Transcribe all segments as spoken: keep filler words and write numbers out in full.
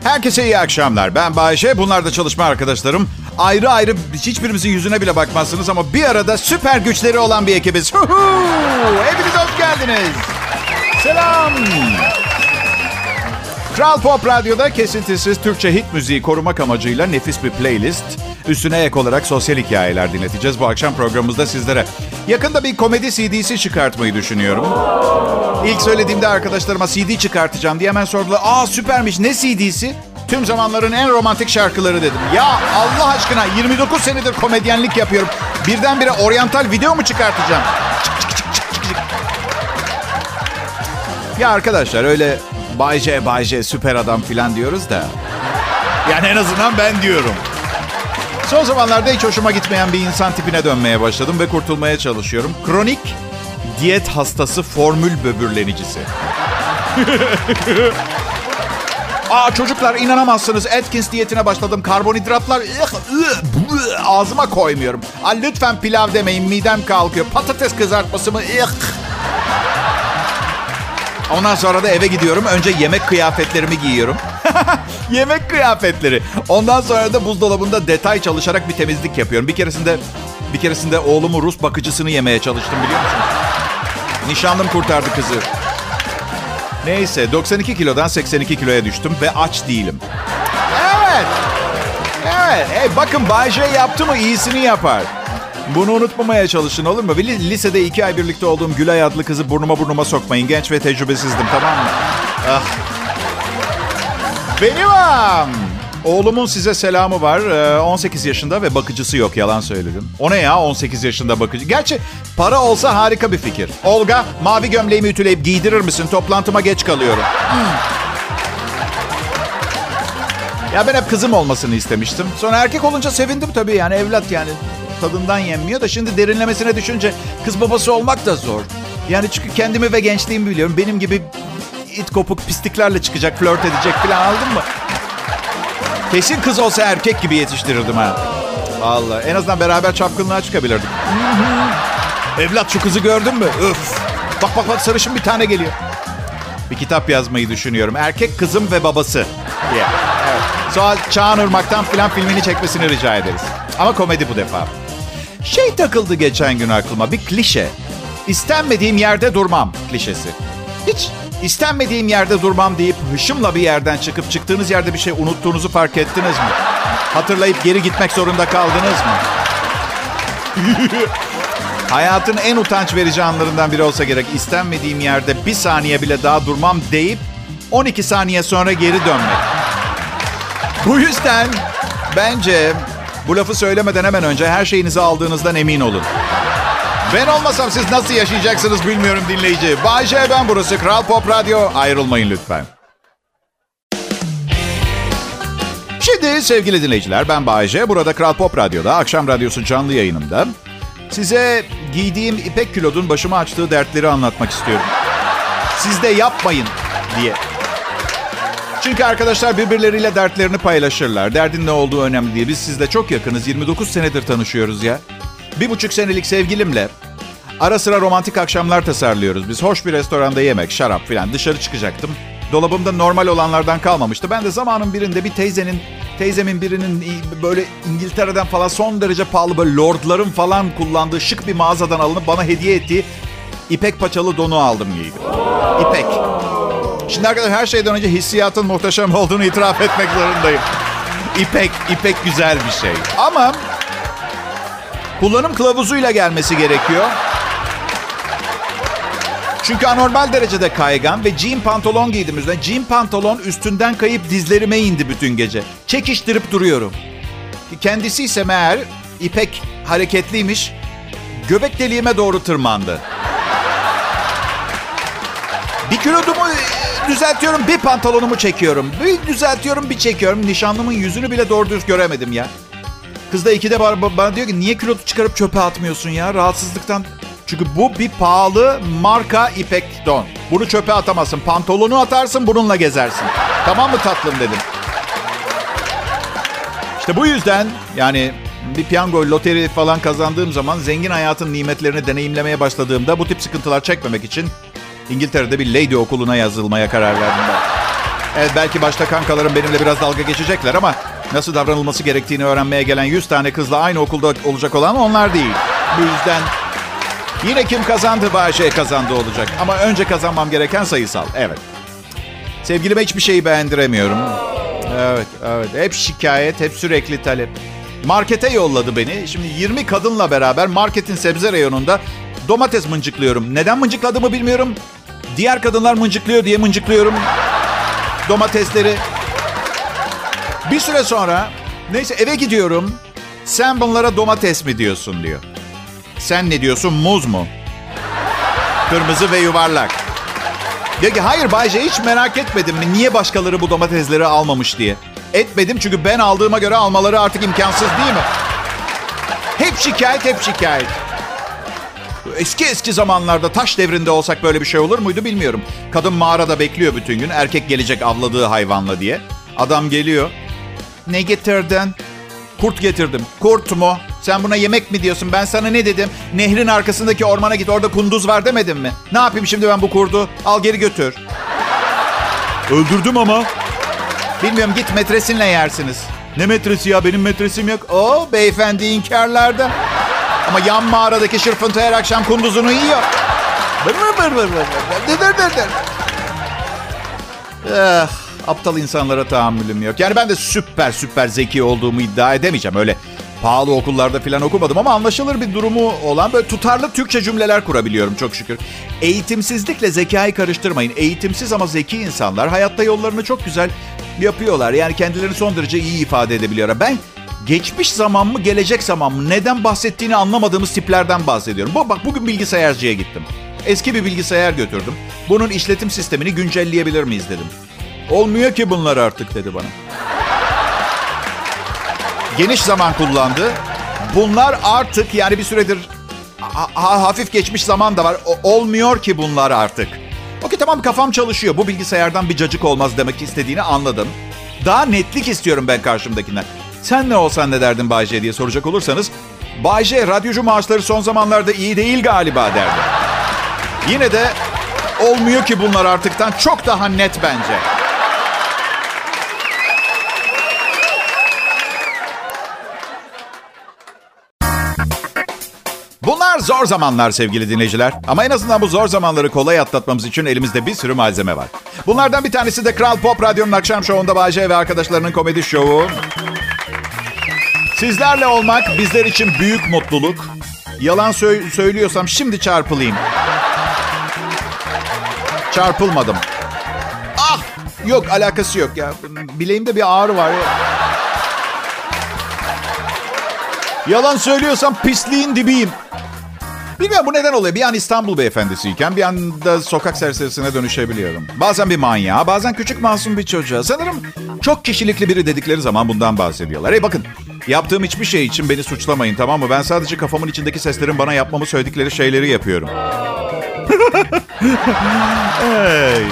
Herkese iyi akşamlar. Ben Bayşe. Bunlar da çalışma arkadaşlarım. Ayrı ayrı hiçbirimizin yüzüne bile bakmazsınız ama bir arada süper güçleri olan bir ekibiz. Hepiniz hoş geldiniz. Selam. Kral Pop Radyo'da kesintisiz Türkçe hit müziği korumak amacıyla nefis bir playlist. Üstüne ek olarak sosyal hikayeler dinleteceğiz bu akşam programımızda sizlere. Yakında bir komedi C D'si çıkartmayı düşünüyorum. İlk söylediğimde arkadaşlarıma C D çıkartacağım diye hemen sordular. Aa süpermiş, ne C D'si? Tüm zamanların en romantik şarkıları dedim. Ya Allah aşkına, yirmi dokuz senedir komedyenlik yapıyorum. Birdenbire oryantal video mu çıkartacağım? Çık, çık, çık, çık, çık. Ya arkadaşlar, öyle Bay J, Bay J süper adam falan diyoruz da. Yani en azından ben diyorum. Son zamanlarda hiç hoşuma gitmeyen bir insan tipine dönmeye başladım ve kurtulmaya çalışıyorum. Kronik diyet hastası formül böbürlenicisi. Aa çocuklar, inanamazsınız. Atkins diyetine başladım. Karbonhidratlar ağzıma koymuyorum. Aa, lütfen pilav demeyin, midem kalkıyor. Patates kızartması mı? Ondan sonra da eve gidiyorum. Önce yemek kıyafetlerimi giyiyorum. Yemek kıyafetleri. Ondan sonra da buzdolabında detay çalışarak bir temizlik yapıyorum. Bir keresinde bir keresinde oğlumu Rus bakıcısını yemeye çalıştım, biliyor musunuz? Nişanlım kurtardı kızı. Neyse, doksan iki kilodan seksen iki kiloya düştüm ve aç değilim. Evet. Evet. Hey, bakın Bay J yaptı mı iyisini yapar. Bunu unutmamaya çalışın, olur mu? Lisede iki ay birlikte olduğum Gülay adlı kızı burnuma burnuma sokmayın. Genç ve tecrübesizdim, tamam mı? Ah. Benim am. Oğlumun size selamı var. on sekiz yaşında ve bakıcısı yok, yalan söyledim. O ne ya, on sekiz yaşında bakıcı? Gerçi para olsa harika bir fikir. Olga, mavi gömleğimi ütüleyip giydirir misin? Toplantıma geç kalıyorum. Hmm. Ya ben hep kızım olmasını istemiştim. Sonra erkek olunca sevindim tabii, yani evlat yani. Tadından yenmiyor da şimdi derinlemesine düşünce kız babası olmak da zor. Yani çünkü kendimi ve gençliğimi biliyorum. Benim gibi it kopuk pisliklerle çıkacak, flört edecek falan, aldın mı? Kesin kız olsa erkek gibi yetiştirirdim ha. Vallahi en azından beraber çapkınlığa çıkabilirdik. Evlat, şu kızı gördün mü? Öf. Bak bak bak, sarışın bir tane geliyor. Bir kitap yazmayı düşünüyorum. Erkek kızım ve babası. Yeah. Evet. Sonra Çağınırmak'tan filan filmini çekmesini rica ederiz. Ama komedi bu defa. Şey takıldı geçen gün aklıma, bir klişe. İstenmediğim yerde durmam klişesi. Hiç istenmediğim yerde durmam deyip hışımla bir yerden çıkıp çıktığınız yerde bir şey unuttuğunuzu fark ettiniz mi? Hatırlayıp geri gitmek zorunda kaldınız mı? Hayatın en utanç verici anlarından biri olsa gerek. İstenmediğim yerde bir saniye bile daha durmam deyip on iki saniye sonra geri dönmek. Bu yüzden bence bu lafı söylemeden hemen önce her şeyinizi aldığınızdan emin olun. Ben olmasam siz nasıl yaşayacaksınız bilmiyorum dinleyici. Bay J, ben burası Kral Pop Radyo. Ayrılmayın lütfen. Şimdi sevgili dinleyiciler, ben Bay J. Burada Kral Pop Radyo'da akşam radyosu canlı yayınımda size giydiğim ipek külotun başıma açtığı dertleri anlatmak istiyorum. Siz de yapmayın diye. Çünkü arkadaşlar birbirleriyle dertlerini paylaşırlar. Derdin ne olduğu önemli değil. Biz sizle çok yakınız. yirmi dokuz senedir tanışıyoruz ya. Bir buçuk senelik sevgilimle ara sıra romantik akşamlar tasarlıyoruz. Biz hoş bir restoranda yemek, şarap falan, dışarı çıkacaktım. Dolabımda normal olanlardan kalmamıştı. Ben de zamanın birinde bir teyzenin, teyzemin birinin böyle İngiltere'den falan son derece pahalı, böyle lordların falan kullandığı şık bir mağazadan alınıp bana hediye ettiği ipek paçalı donu aldım, giydim. İpek. Şimdi arkadaşlar, her şeyden önce hissiyatın muhteşem olduğunu itiraf etmek zorundayım. İpek, ipek güzel bir şey. Ama kullanım kılavuzuyla gelmesi gerekiyor. Çünkü anormal derecede kaygan ve jean pantolon giydim üzerine. Jean pantolon üstünden kayıp dizlerime indi bütün gece. Çekiştirip duruyorum. Kendisi ise meğer ipek hareketliymiş. Göbek deliğime doğru tırmandı. Bir kilodumu düzeltiyorum, bir pantolonumu çekiyorum. Bir düzeltiyorum, bir çekiyorum. Nişanlımın yüzünü bile doğru düz göremedim ya. Kız da ikide bana, bana diyor ki niye kilotu çıkarıp çöpe atmıyorsun ya, rahatsızlıktan. Çünkü bu bir pahalı marka ipek don. Bunu çöpe atamazsın. Pantolonu atarsın, bununla gezersin. Tamam mı tatlım dedim. İşte bu yüzden yani bir piyango, loteri falan kazandığım zaman, zengin hayatın nimetlerini deneyimlemeye başladığımda bu tip sıkıntılar çekmemek için İngiltere'de bir lady okuluna yazılmaya karar verdim ben. Evet, belki başta kankalarım benimle biraz dalga geçecekler ama nasıl davranılması gerektiğini öğrenmeye gelen yüz tane kızla aynı okulda olacak olan onlar değil. Bu yüzden yine kim kazandı? Bayşe kazandı olacak. Ama önce kazanmam gereken sayısal. Evet. Sevgilime hiçbir şeyi beğendiremiyorum. Evet, evet. Hep şikayet, hep sürekli talep. Markete yolladı beni. Şimdi yirmi kadınla beraber marketin sebze reyonunda domates mıncıklıyorum. Neden mıncıkladığımı bilmiyorum. Diğer kadınlar mıncıklıyor diye mıncıklıyorum domatesleri. Bir süre sonra neyse eve gidiyorum. Sen bunlara domates mi diyorsun diyor. Sen ne diyorsun, muz mu? Kırmızı ve yuvarlak. Diyor ki hayır Bayce, hiç merak etmedim mi? Niye başkaları bu domatesleri almamış diye. Etmedim çünkü ben aldığıma göre almaları artık imkansız değil mi? Hep şikayet, hep şikayet. Eski eski zamanlarda taş devrinde olsak böyle bir şey olur muydu bilmiyorum. Kadın mağarada bekliyor bütün gün. Erkek gelecek avladığı hayvanla diye. Adam geliyor. Ne getirdin? Kurt getirdim. Kurt mu? Sen buna yemek mi diyorsun? Ben sana ne dedim? Nehrin arkasındaki ormana git, orada kunduz var demedim mi? Ne yapayım şimdi ben bu kurdu? Al geri götür. Öldürdüm ama. Bilmiyorum, git metresinle yersiniz. Ne metresi ya? Benim metresim yok. O beyefendi inkarlarda. Ama yan mağaradaki şırfıntı her akşam kunduzunu yiyor. Bır bır bır bır bır. Dır dır dır. Eh, aptal insanlara tahammülüm yok. Yani ben de süper süper zeki olduğumu iddia edemeyeceğim. Öyle pahalı okullarda falan okumadım ama anlaşılır bir durumu olan böyle tutarlı Türkçe cümleler kurabiliyorum çok şükür. Eğitimsizlikle zekayı karıştırmayın. Eğitimsiz ama zeki insanlar hayatta yollarını çok güzel yapıyorlar. Yani kendilerini son derece iyi ifade edebiliyorlar. Ben geçmiş zaman mı, gelecek zaman mı, neden bahsettiğini anlamadığımız tiplerden bahsediyorum. Bu, bak bugün bilgisayarcıya gittim. Eski bir bilgisayar götürdüm. Bunun işletim sistemini güncelleyebilir miyiz dedim. Olmuyor ki bunlar artık dedi bana. Geniş zaman kullandı. Bunlar artık, yani bir süredir ha, ha, hafif geçmiş zaman da var. O, olmuyor ki bunlar artık. Okey tamam, kafam çalışıyor. Bu bilgisayardan bir cacık olmaz demek istediğini anladım. Daha netlik istiyorum ben karşımdakinden. Sen ne olsan ne derdin Bay J diye soracak olursanız, Bay J radyocu maaşları son zamanlarda iyi değil galiba derdi. Yine de olmuyor ki bunlar artıktan çok daha net bence. Bunlar zor zamanlar sevgili dinleyiciler. Ama en azından bu zor zamanları kolay atlatmamız için elimizde bir sürü malzeme var. Bunlardan bir tanesi de Kral Pop Radyo'nun akşam şovunda Bay J ve arkadaşlarının komedi şovu. Sizlerle olmak bizler için büyük mutluluk. Yalan sö- söylüyorsam şimdi çarpılayım. Çarpılmadım. Ah! Yok, alakası yok ya. Bileğimde bir ağrı var ya. Yalan söylüyorsam pisliğin dibiyim. Bilmiyorum bu neden oluyor. Bir an İstanbul beyefendisiyken bir anda sokak serserisine dönüşebiliyorum. Bazen bir manyağa, bazen küçük masum bir çocuğa. Sanırım çok kişilikli biri dedikleri zaman bundan bahsediyorlar. Hey bakın, yaptığım hiçbir şey için beni suçlamayın, tamam mı? Ben sadece kafamın içindeki seslerin bana yapmamı söyledikleri şeyleri yapıyorum. Hey.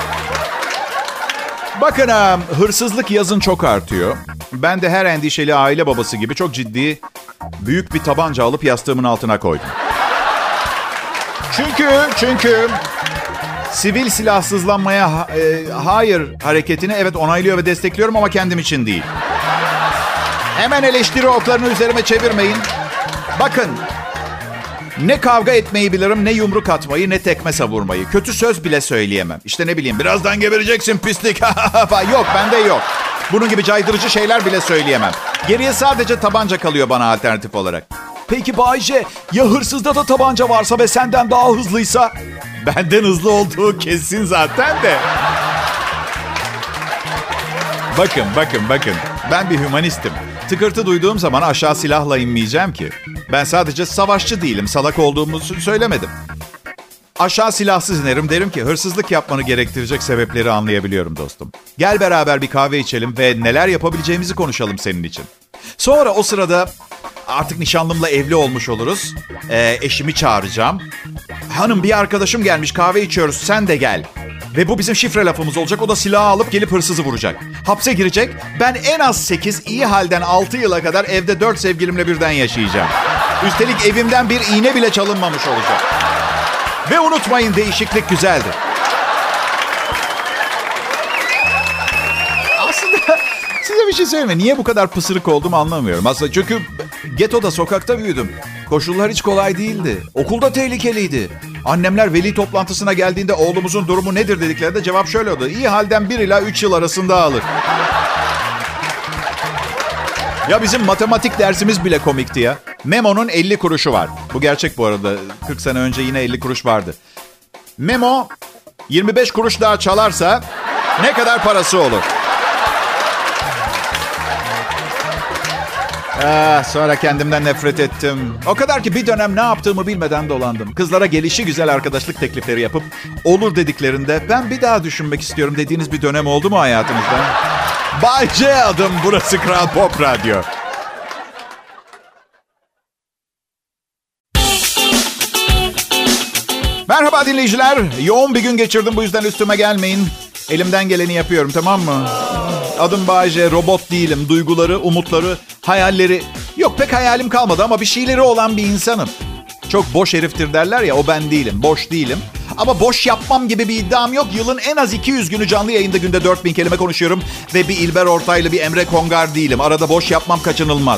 Bakın, hırsızlık yazın çok artıyor. Ben de her endişeli aile babası gibi çok ciddi, büyük bir tabanca alıp yastığımın altına koydum. Çünkü, çünkü sivil silahsızlanmaya e, hayır hareketini evet onaylıyor ve destekliyorum ama kendim için değil. Hemen eleştiri oklarını üzerime çevirmeyin. Bakın, ne kavga etmeyi bilirim, ne yumruk atmayı, ne tekme savurmayı. Kötü söz bile söyleyemem. İşte ne bileyim, birazdan gebereceksin pislik. Yok, bende yok. Bunun gibi caydırıcı şeyler bile söyleyemem. Geriye sadece tabanca kalıyor bana alternatif olarak. Peki Bay J, ya hırsızda da tabanca varsa ve senden daha hızlıysa? Benden hızlı olduğu kesin zaten de. Bakın, bakın, bakın. Ben bir hümanistim. Tıkırtı duyduğum zaman aşağı silahla inmeyeceğim ki. Ben sadece savaşçı değilim. Salak olduğumu söylemedim. Aşağı silahsız inerim, derim ki hırsızlık yapmanı gerektirecek sebepleri anlayabiliyorum dostum. Gel beraber bir kahve içelim ve neler yapabileceğimizi konuşalım senin için. Sonra o sırada artık nişanlımla evli olmuş oluruz. Ee, eşimi çağıracağım. Hanım, bir arkadaşım gelmiş, kahve içiyoruz, sen de gel. Ve bu bizim şifre lafımız olacak. O da silahı alıp gelip hırsızı vuracak. Hapse girecek. Ben en az sekiz, iyi halden altı yıla kadar evde dört sevgilimle birden yaşayacağım. Üstelik evimden bir iğne bile çalınmamış olacak. Ve unutmayın, değişiklik güzeldir. Size bir şey söyleyeyim mi? Niye bu kadar pısırık oldum anlamıyorum. Aslında çünkü ghetto'da, sokakta büyüdüm. Koşullar hiç kolay değildi. Okulda tehlikeliydi. Annemler veli toplantısına geldiğinde oğlumuzun durumu nedir dediklerinde cevap şöyle oldu. İyi halden bir ila üç yıl arasında alır. Ya bizim matematik dersimiz bile komikti ya. Memo'nun elli kuruşu var. Bu gerçek bu arada. kırk sene önce yine elli kuruş vardı. Memo yirmi beş kuruş daha çalarsa ne kadar parası olur? Ah, sonra kendimden nefret ettim. O kadar ki bir dönem ne yaptığımı bilmeden dolandım. Kızlara gelişi güzel arkadaşlık teklifleri yapıp olur dediklerinde ben bir daha düşünmek istiyorum dediğiniz bir dönem oldu mu hayatınızda? Bay J adım, burası Kral Pop Radyo. Merhaba dinleyiciler. Yoğun bir gün geçirdim, bu yüzden üstüme gelmeyin. Elimden geleni yapıyorum, tamam mı? Adım Bay J, robot değilim. Duyguları, umutları, hayalleri... Yok, pek hayalim kalmadı ama bir şeyleri olan bir insanım. Çok boş heriftir derler ya, o ben değilim. Boş değilim. Ama boş yapmam gibi bir iddiam yok. Yılın en az iki yüz günü canlı yayında günde dört bin kelime konuşuyorum. Ve bir İlber Ortaylı, bir Emre Kongar değilim. Arada boş yapmam kaçınılmaz.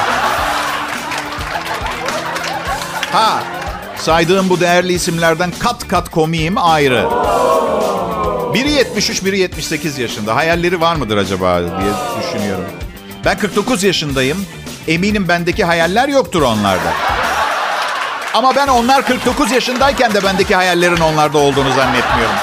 Ha, saydığım bu değerli isimlerden kat kat komiğim ayrı. Biri yetmiş üç, biri yetmiş sekiz yaşında. Hayalleri var mıdır acaba diye düşünüyorum. Ben kırk dokuz yaşındayım. Eminim bendeki hayaller yoktur onlarda. Ama ben onlar kırk dokuz yaşındayken de bendeki hayallerin onlarda olduğunu zannetmiyorum.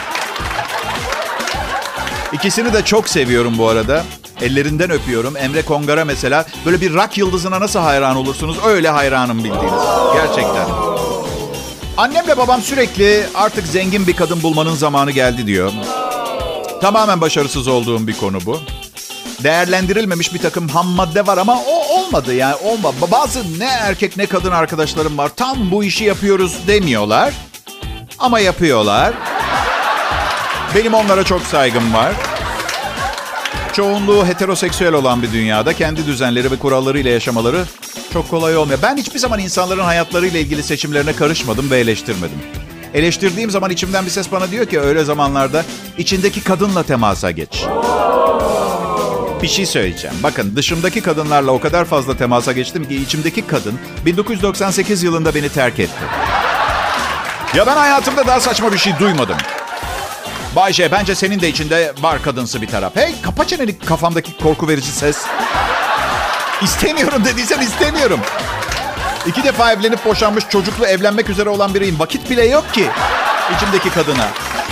İkisini de çok seviyorum bu arada. Ellerinden öpüyorum. Emre Kongar'a mesela böyle bir rock yıldızına nasıl hayran olursunuz? Öyle hayranım bildiğiniz. Gerçekten. Annemle babam sürekli artık zengin bir kadın bulmanın zamanı geldi diyor. Tamamen başarısız olduğum bir konu bu. Değerlendirilmemiş bir takım ham madde var ama o olmadı yani olmadı. Bazı ne erkek ne kadın arkadaşlarım var. Tam bu işi yapıyoruz demiyorlar. Ama yapıyorlar. Benim onlara çok saygım var. Çoğunluğu heteroseksüel olan bir dünyada kendi düzenleri ve kurallarıyla yaşamaları çok kolay olmuyor. Ben hiçbir zaman insanların hayatlarıyla ilgili seçimlerine karışmadım ve eleştirmedim. Eleştirdiğim zaman içimden bir ses bana diyor ki öyle zamanlarda içindeki kadınla temasa geç. Bir şey söyleyeceğim. Bakın dışımdaki kadınlarla o kadar fazla temasa geçtim ki içimdeki kadın bin dokuz yüz doksan sekiz yılında beni terk etti. Ya ben hayatımda daha saçma bir şey duymadım. Bay J, bence senin de içinde var kadınsı bir taraf. Hey, kapa çeneni, kafamdaki korku verici ses. İstemiyorum dediysem istemiyorum. İki defa evlenip boşanmış, çocuklu, evlenmek üzere olan biriyim. Vakit bile yok ki içimdeki kadına.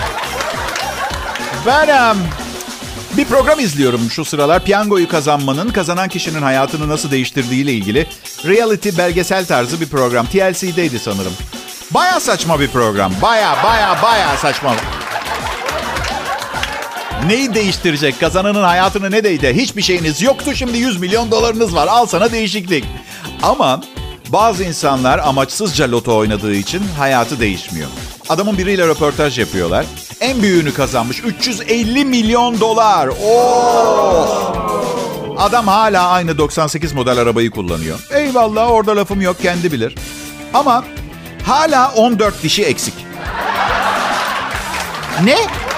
Ben um, bir program izliyorum şu sıralar. Piyangoyu kazanmanın kazanan kişinin hayatını nasıl değiştirdiğiyle ilgili reality belgesel tarzı bir program. T L C'deydi sanırım. Baya saçma bir program. Baya baya baya saçma. Neyi değiştirecek? Kazananın hayatını ne değdi? Hiçbir şeyiniz yoktu, şimdi yüz milyon dolarınız var. Al sana değişiklik. Ama bazı insanlar amaçsızca loto oynadığı için hayatı değişmiyor. Adamın biriyle röportaj yapıyorlar. En büyüğünü kazanmış. üç yüz elli milyon dolar. Oh! Adam hala aynı doksan sekiz model arabayı kullanıyor. Eyvallah, orada lafım yok, kendi bilir. Ama hala on dört dişi eksik. Ne?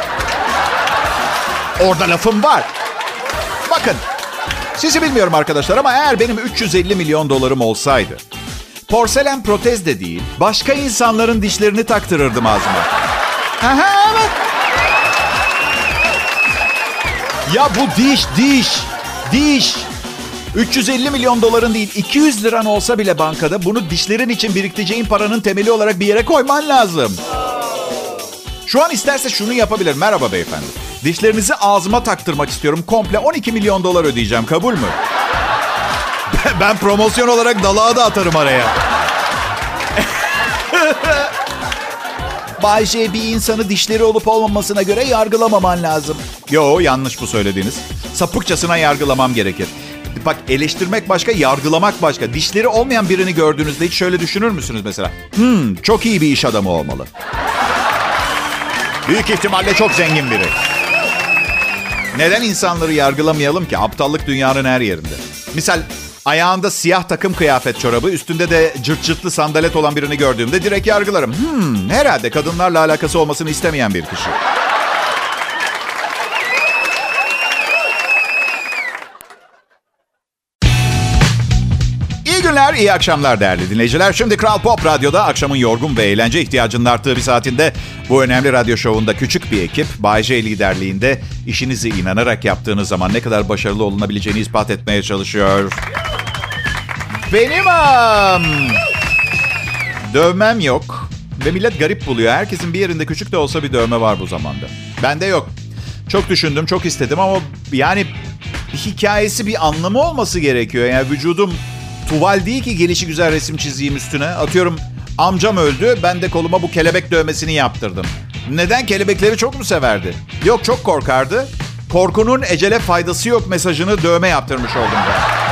Orada lafım var. Bakın, sizi bilmiyorum arkadaşlar ama eğer benim üç yüz elli milyon dolarım olsaydı, porselen protez de değil, başka insanların dişlerini taktırırdım ağzıma. Aha, evet. Ya bu diş, diş, diş. üç yüz elli milyon doların değil, iki yüz liran olsa bile bankada bunu dişlerin için biriktireceğin paranın temeli olarak bir yere koyman lazım. Şu an isterse şunu yapabilir. Merhaba beyefendi. Dişlerinizi ağzıma taktırmak istiyorum. Komple on iki milyon dolar ödeyeceğim. Kabul mü? Ben promosyon olarak dalağı da atarım araya. Bay J, bir insanı dişleri olup olmamasına göre yargılamaman lazım. Yo, yanlış bu söylediğiniz. Sapıkçasına yargılamam gerekir. Bak, eleştirmek başka, yargılamak başka. Dişleri olmayan birini gördüğünüzde hiç şöyle düşünür müsünüz mesela? Hmm, çok iyi bir iş adamı olmalı. Büyük ihtimalle çok zengin biri. Neden insanları yargılamayalım ki? Aptallık dünyanın her yerinde. Misal ayağında siyah takım kıyafet çorabı, üstünde de cırt cırtlı sandalet olan birini gördüğümde direkt yargılarım. Hmm, herhalde kadınlarla alakası olmasını istemeyen bir kişi. günler, iyi akşamlar değerli dinleyiciler. Şimdi Kral Pop Radyo'da akşamın yorgun ve eğlence ihtiyacının arttığı bir saatinde bu önemli radyo şovunda küçük bir ekip Bay J liderliğinde işinizi inanarak yaptığınız zaman ne kadar başarılı olunabileceğini ispat etmeye çalışıyor. Benim am, dövmem yok ve millet garip buluyor. Herkesin bir yerinde küçük de olsa bir dövme var bu zamanda. Bende yok. Çok düşündüm, çok istedim ama yani bir hikayesi, bir anlamı olması gerekiyor. Yani vücudum tuval değil ki gelişi güzel resim çizeyim üstüne. Atıyorum amcam öldü, ben de koluma bu kelebek dövmesini yaptırdım. Neden? Kelebekleri çok mu severdi? Yok, çok korkardı. Korkunun ecele faydası yok mesajını dövme yaptırmış oldum ben.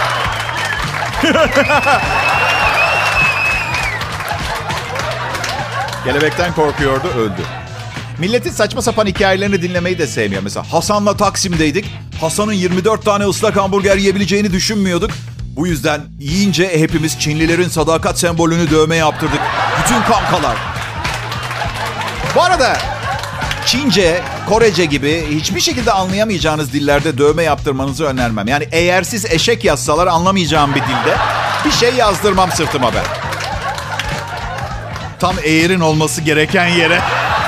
Kelebekten korkuyordu, öldü. Milletin saçma sapan hikayelerini dinlemeyi de sevmiyor. Mesela Hasan'la Taksim'deydik. Hasan'ın yirmi dört tane ıslak hamburger yiyebileceğini düşünmüyorduk. Bu yüzden yiyince hepimiz Çinlilerin sadakat sembolünü dövme yaptırdık. Bütün kankalar. Bu arada Çince, Korece gibi hiçbir şekilde anlayamayacağınız dillerde dövme yaptırmanızı önermem. Yani eğer siz eşek yazsalar anlamayacağım bir dilde bir şey yazdırmam sırtıma ben. Tam eğerin olması gereken yere.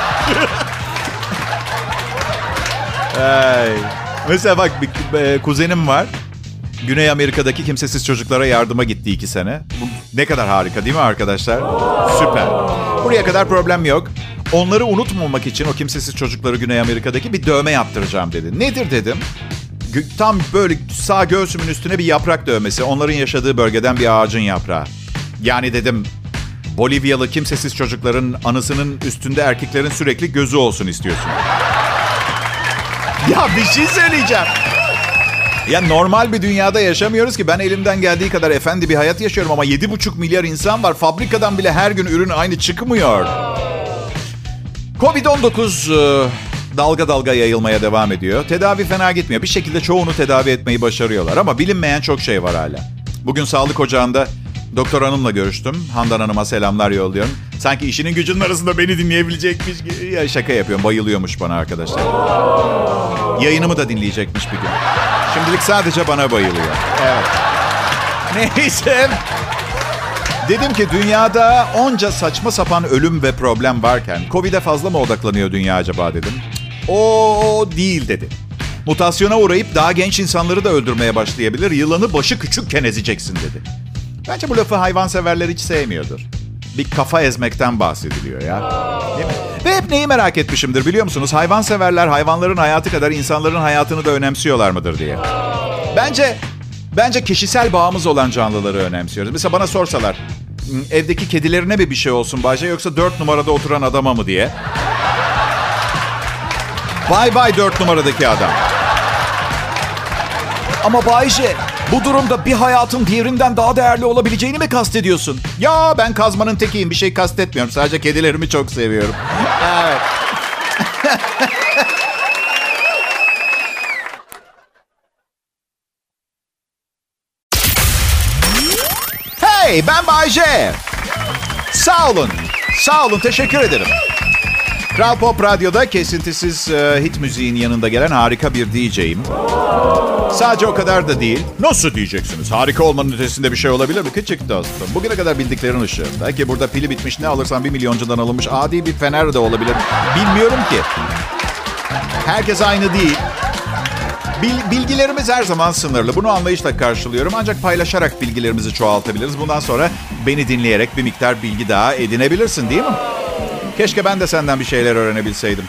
Hey. Mesela bak bir e, kuzenim var. Güney Amerika'daki kimsesiz çocuklara yardıma gitti iki sene. Bu ne kadar harika değil mi arkadaşlar? Süper. Buraya kadar problem yok. Onları unutmamak için o kimsesiz çocukları Güney Amerika'daki bir dövme yaptıracağım dedi. Nedir dedim. Tam böyle sağ göğsümün üstüne bir yaprak dövmesi. Onların yaşadığı bölgeden bir ağacın yaprağı. Yani dedim Bolivyalı kimsesiz çocukların anısının üstünde erkeklerin sürekli gözü olsun istiyorsun. Ya bir şey söyleyeceğim. Ya normal bir dünyada yaşamıyoruz ki. Ben elimden geldiği kadar efendi bir hayat yaşıyorum ama yedi buçuk milyar insan var. Fabrikadan bile her gün ürün aynı çıkmıyor. covid on dokuz e, dalga dalga yayılmaya devam ediyor. Tedavi fena gitmiyor. Bir şekilde çoğunu tedavi etmeyi başarıyorlar ama bilinmeyen çok şey var hala. Bugün sağlık ocağında doktor hanımla görüştüm. Handan Hanım'a selamlar yolluyorum. Sanki işinin gücünün arasında beni dinleyebilecekmiş gibi. Ya şaka yapıyorum. Bayılıyormuş bana arkadaşlar. Yayınımı da dinleyecekmiş bir gün. Şimdilik sadece bana bayılıyor. Evet. Neyse. Dedim ki dünyada onca saçma sapan ölüm ve problem varken Covid'e fazla mı odaklanıyor dünya acaba dedim. O değil dedi. Mutasyona uğrayıp daha genç insanları da öldürmeye başlayabilir. Yılanı başı küçükken ezeceksin dedi. Bence bu lafı hayvanseverler hiç sevmiyordur. Bir kafa ezmekten bahsediliyor ya. Değil mi? Ve hep neyi merak etmişimdir biliyor musunuz? Hayvanseverler hayvanların hayatı kadar insanların hayatını da önemsiyorlar mıdır diye. Bence bence kişisel bağımız olan canlıları önemsiyoruz. Mesela bana sorsalar evdeki kedilerine mi bir şey olsun Bayce yoksa dört numarada oturan adama mı diye. Bay bay dört numaradaki adam. Ama Bayce bu durumda bir hayatın diğerinden daha değerli olabileceğini mi kastediyorsun? Ya ben kazmanın tekiyim, bir şey kastetmiyorum. Sadece kedilerimi çok seviyorum. Evet. Hey, ben Bayce. Sağ olun. Sağ olun, teşekkür ederim. Kral Pop Radyo'da kesintisiz uh, hit müziğin yanında gelen harika bir D J'yim. Sadece o kadar da değil. Nasıl diyeceksiniz? Harika olmanın ötesinde bir şey olabilir mi? Küçük dostum. Bugüne kadar bildiklerin ışığında ki burada pili bitmiş ne alırsan bir milyoncudan alınmış adi bir fener de olabilir. Bilmiyorum ki. Herkes aynı değil. Bil, bilgilerimiz her zaman sınırlı. Bunu anlayışla karşılıyorum. Ancak paylaşarak bilgilerimizi çoğaltabiliriz. Bundan sonra beni dinleyerek bir miktar bilgi daha edinebilirsin değil mi? Keşke ben de senden bir şeyler öğrenebilseydim.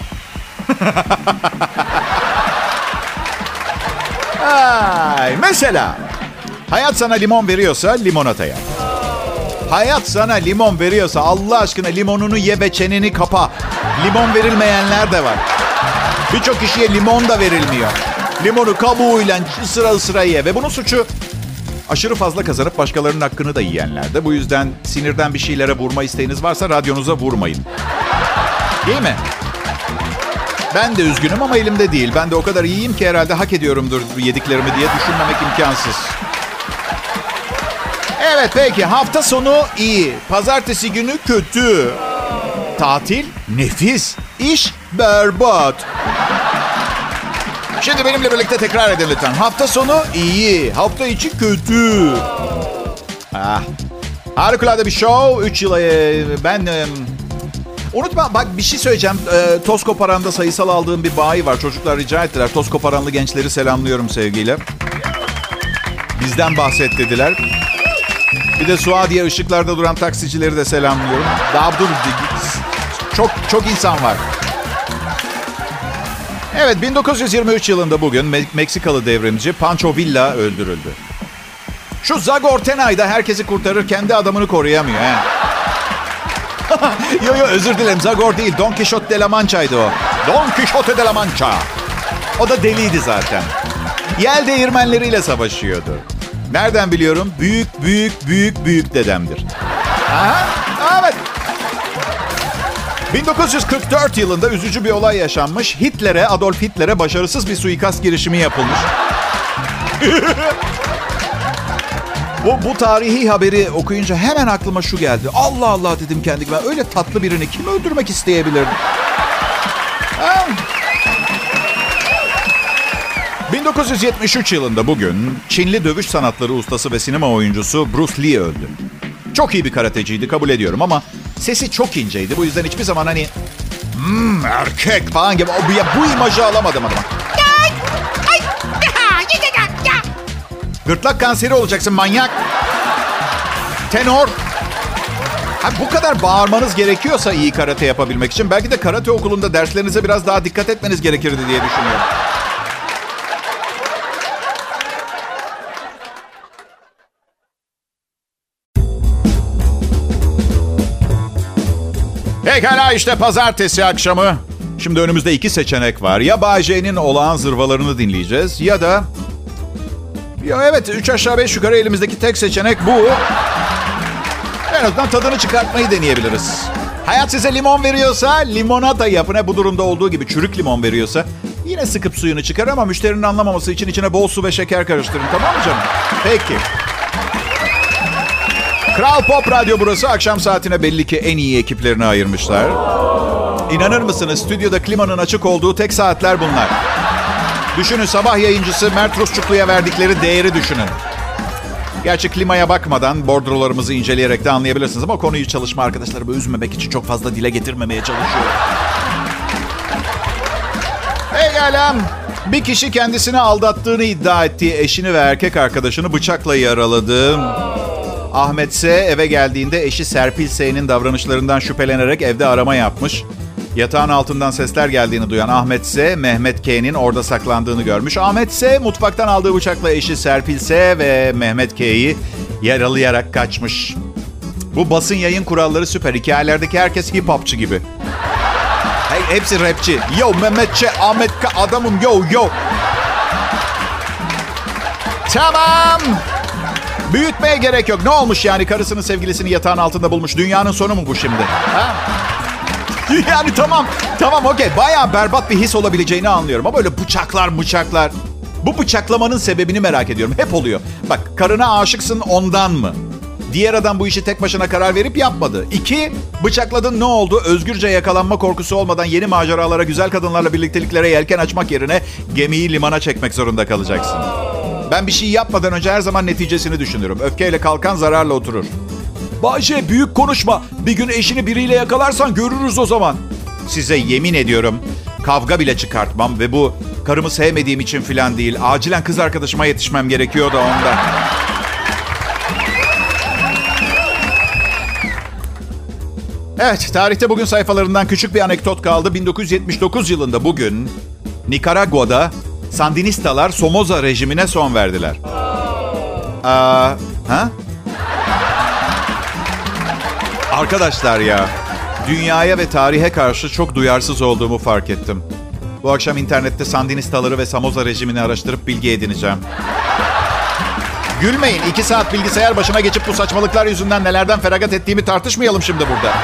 Ay, mesela hayat sana limon veriyorsa limonata yap. Hayat sana limon veriyorsa Allah aşkına limonunu ye ve çeneni kapa. Limon verilmeyenler de var. Birçok kişiye limon da verilmiyor. Limonu kabuğuyla ısıra ısıra ye. Ve bunun suçu aşırı fazla kazanıp başkalarının hakkını da yiyenlerde. Bu yüzden sinirden bir şeylere vurma isteğiniz varsa radyonuza vurmayın. Değil mi? Ben de üzgünüm ama elimde değil. Ben de o kadar iyiyim ki herhalde hak ediyorumdur yediklerimi diye düşünmemek imkansız. Evet peki hafta sonu iyi. Pazartesi günü kötü. Tatil nefis. İş berbat. Şimdi benimle birlikte tekrar edin lütfen. Hafta sonu iyi. Hafta içi kötü. Ah. Harikulade bir show. Üç yıl e, ben... E, unutma bak bir şey söyleyeceğim. E, toz koparanda sayısal aldığım bir bayi var. Çocuklar rica ettiler. Toz koparanlı gençleri selamlıyorum sevgiyle. Bizden bahset dediler. Bir de Suadiye ışıklarda duran taksicileri de selamlıyorum. Daha dur. Çok çok insan var. Evet, bin dokuz yüz yirmi üç yılında bugün Me- Meksikalı devrimci Pancho Villa öldürüldü. Şu Zagor Tenay da herkesi kurtarır, kendi adamını koruyamıyor. He. yo yo özür dilerim, Zagor değil, Don Quixote de la Mancha'ydı o. Don Quixote de la Mancha. O da deliydi zaten. Yel değirmenleriyle savaşıyordu. Nereden biliyorum? Büyük büyük büyük büyük dedemdir. Aha, evet. bin dokuz yüz kırk dört yılında üzücü bir olay yaşanmış. Hitler'e, Adolf Hitler'e başarısız bir suikast girişimi yapılmış. bu, bu tarihi haberi okuyunca hemen aklıma şu geldi. Allah Allah dedim kendi kendime. Öyle tatlı birini kim öldürmek isteyebilirdi? Ha? bin dokuz yüz yetmiş üç yılında bugün Çinli dövüş sanatları ustası ve sinema oyuncusu Bruce Lee öldü. Çok iyi bir karateciydi, kabul ediyorum ama sesi çok inceydi. Bu yüzden hiçbir zaman hani hmm, erkek falan gibi bu, bu imajı alamadım adama. Gırtlak kanseri olacaksın manyak. Tenor. Ha, bu kadar bağırmanız gerekiyorsa iyi karate yapabilmek için belki de karate okulunda derslerinize biraz daha dikkat etmeniz gerekirdi diye düşünüyorum. Pekala, işte pazartesi akşamı. Şimdi önümüzde iki seçenek var. Ya Bay J'nin olağan zırvalarını dinleyeceğiz ya da... Ya evet, üç aşağı beş yukarı elimizdeki tek seçenek bu. En azından tadını çıkartmayı deneyebiliriz. Hayat size limon veriyorsa limonata yapın. Bu durumda olduğu gibi çürük limon veriyorsa yine sıkıp suyunu çıkar ama müşterinin anlamaması için içine bol su ve şeker karıştırın. Tamam mı canım? Peki. Kral Pop Radyo burası. Akşam saatine belli ki en iyi ekiplerini ayırmışlar. İnanır mısınız? Stüdyoda klimanın açık olduğu tek saatler bunlar. Düşünün, sabah yayıncısı Mert Rusçuklu'ya verdikleri değeri düşünün. Gerçi klimaya bakmadan bordrolarımızı inceleyerek de anlayabilirsiniz ama konuyu çalışma arkadaşlarımı üzmemek için çok fazla dile getirmemeye çalışıyorum. Pekala. Bir kişi kendisini aldattığını iddia ettiği eşini ve erkek arkadaşını bıçakla yaraladı. Ahmet S. eve geldiğinde eşi Serpil S.'nin davranışlarından şüphelenerek evde arama yapmış. Yatağın altından sesler geldiğini duyan Ahmet S. Mehmet K'nin orada saklandığını görmüş. Ahmet S. mutfaktan aldığı bıçakla eşi Serpil S. ve Mehmet K'yi yaralayarak kaçmış. Bu basın yayın kuralları süper. Hikayelerdeki herkes hip hopçı gibi. Hey, hepsi rapçi. Yo Mehmet Ç. Ahmet K. Adamım yo yo. Tamam. Büyütmeye gerek yok. Ne olmuş yani? Karısının sevgilisini yatağın altında bulmuş. Dünyanın sonu mu bu şimdi? Ha? Yani tamam. Tamam okey. Bayağı berbat bir his olabileceğini anlıyorum. Ama böyle bıçaklar bıçaklar. Bu bıçaklamanın sebebini merak ediyorum. Hep oluyor. Bak, karına aşıksın ondan mı? Diğer adam bu işi tek başına karar verip yapmadı. İki, bıçakladın ne oldu? Özgürce yakalanma korkusu olmadan yeni maceralara, güzel kadınlarla birlikteliklere yelken açmak yerine gemiyi limana çekmek zorunda kalacaksın. Ben bir şey yapmadan önce her zaman neticesini düşünürüm. Öfkeyle kalkan zararla oturur. Bayce, büyük konuşma. Bir gün eşini biriyle yakalarsan görürüz o zaman. Size yemin ediyorum kavga bile çıkartmam ve bu karımı sevmediğim için falan değil. Acilen kız arkadaşıma yetişmem gerekiyor da ondan. Evet, tarihte bugün sayfalarından küçük bir anekdot kaldı. bin dokuz yüz yetmiş dokuz yılında bugün Nikaragua'da Sandinistalar Somoza rejimine son verdiler. Aa, ha? Arkadaşlar ya, dünyaya ve tarihe karşı çok duyarsız olduğumu fark ettim. Bu akşam internette Sandinistaları ve Somoza rejimini araştırıp bilgi edineceğim. Gülmeyin, iki saat bilgisayar başına geçip bu saçmalıklar yüzünden nelerden feragat ettiğimi tartışmayalım şimdi burada.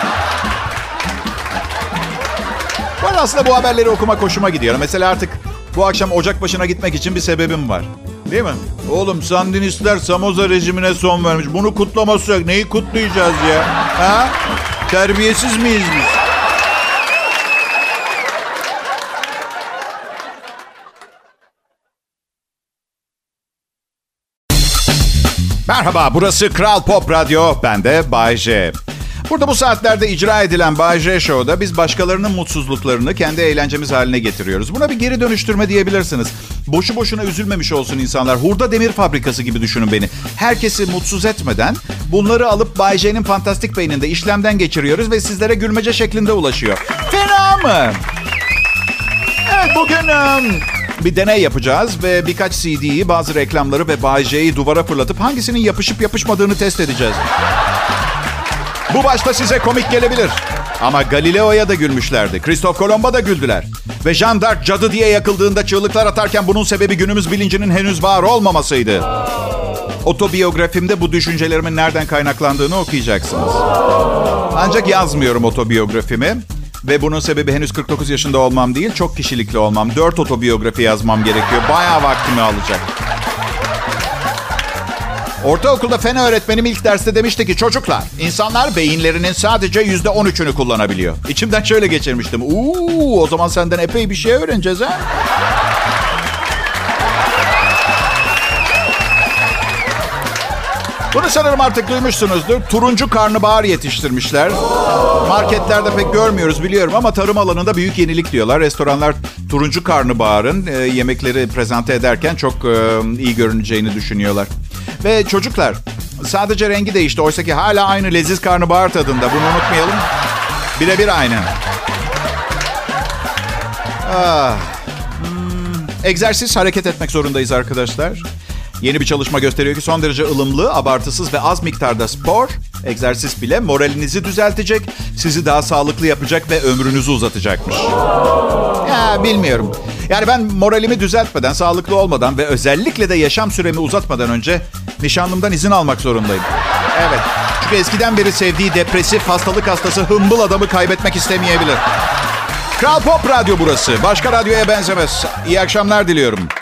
Bu arada aslında bu haberleri okumak hoşuma gidiyor. Mesela artık bu akşam ocak başına gitmek için bir sebebim var. Değil mi? Oğlum, Sandinistler Somoza rejimine son vermiş. Bunu kutlamazsak neyi kutlayacağız ya? Ha? Terbiyesiz miyiz biz? Merhaba, burası Kral Pop Radyo. Ben de Bay J. Burada bu saatlerde icra edilen Bay J Show'da biz başkalarının mutsuzluklarını kendi eğlencemiz haline getiriyoruz. Buna bir geri dönüştürme diyebilirsiniz. Boşu boşuna üzülmemiş olsun insanlar. Hurda demir fabrikası gibi düşünün beni. Herkesi mutsuz etmeden bunları alıp Bay J'nin fantastik beyninde işlemden geçiriyoruz ve sizlere gülmece şeklinde ulaşıyor. Fena mı? Evet, bugün um, bir deney yapacağız ve birkaç C D'yi, bazı reklamları ve Bay J'yi duvara fırlatıp hangisinin yapışıp yapışmadığını test edeceğiz. Bu başta size komik gelebilir. Ama Galileo'ya da gülmüşlerdi. Christoph Kolomb'a da güldüler. Ve Jeanne d'Arc cadı diye yakıldığında çığlıklar atarken bunun sebebi günümüz bilincinin henüz var olmamasıydı. Otobiyografimde bu düşüncelerimin nereden kaynaklandığını okuyacaksınız. Ancak yazmıyorum otobiyografimi. Ve bunun sebebi henüz kırk dokuz yaşında olmam değil, çok kişilikli olmam. dört otobiyografi yazmam gerekiyor. Bayağı vaktimi alacak. Ortaokulda fen öğretmenim ilk derste demişti ki çocuklar, insanlar beyinlerinin sadece yüzde on üçünü kullanabiliyor. İçimden şöyle geçirmiştim. Uuu, o zaman senden epey bir şey öğreneceğiz ha. Bunu sanırım artık duymuşsunuzdur. Turuncu karnabahar yetiştirmişler. Marketlerde pek görmüyoruz biliyorum ama tarım alanında büyük yenilik diyorlar. Restoranlar turuncu karnabaharın e, yemekleri prezente ederken çok e, iyi görüneceğini düşünüyorlar. Ve çocuklar, sadece rengi değişti. Oysa ki hala aynı leziz karnabahar tadında. Bunu unutmayalım. Birebir aynı. Ah. Hmm. Egzersiz, hareket etmek zorundayız arkadaşlar. Yeni bir çalışma gösteriyor ki son derece ılımlı, abartısız ve az miktarda spor, egzersiz bile moralinizi düzeltecek, sizi daha sağlıklı yapacak ve ömrünüzü uzatacakmış. Ya bilmiyorum. Yani ben moralimi düzeltmeden, sağlıklı olmadan ve özellikle de yaşam süremi uzatmadan önce nişanlımdan izin almak zorundayım. Evet. Çünkü eskiden beri sevdiği depresif, hastalık hastası, hımbıl adamı kaybetmek istemeyebilir. Kral Pop Radyo burası. Başka radyoya benzemez. İyi akşamlar diliyorum.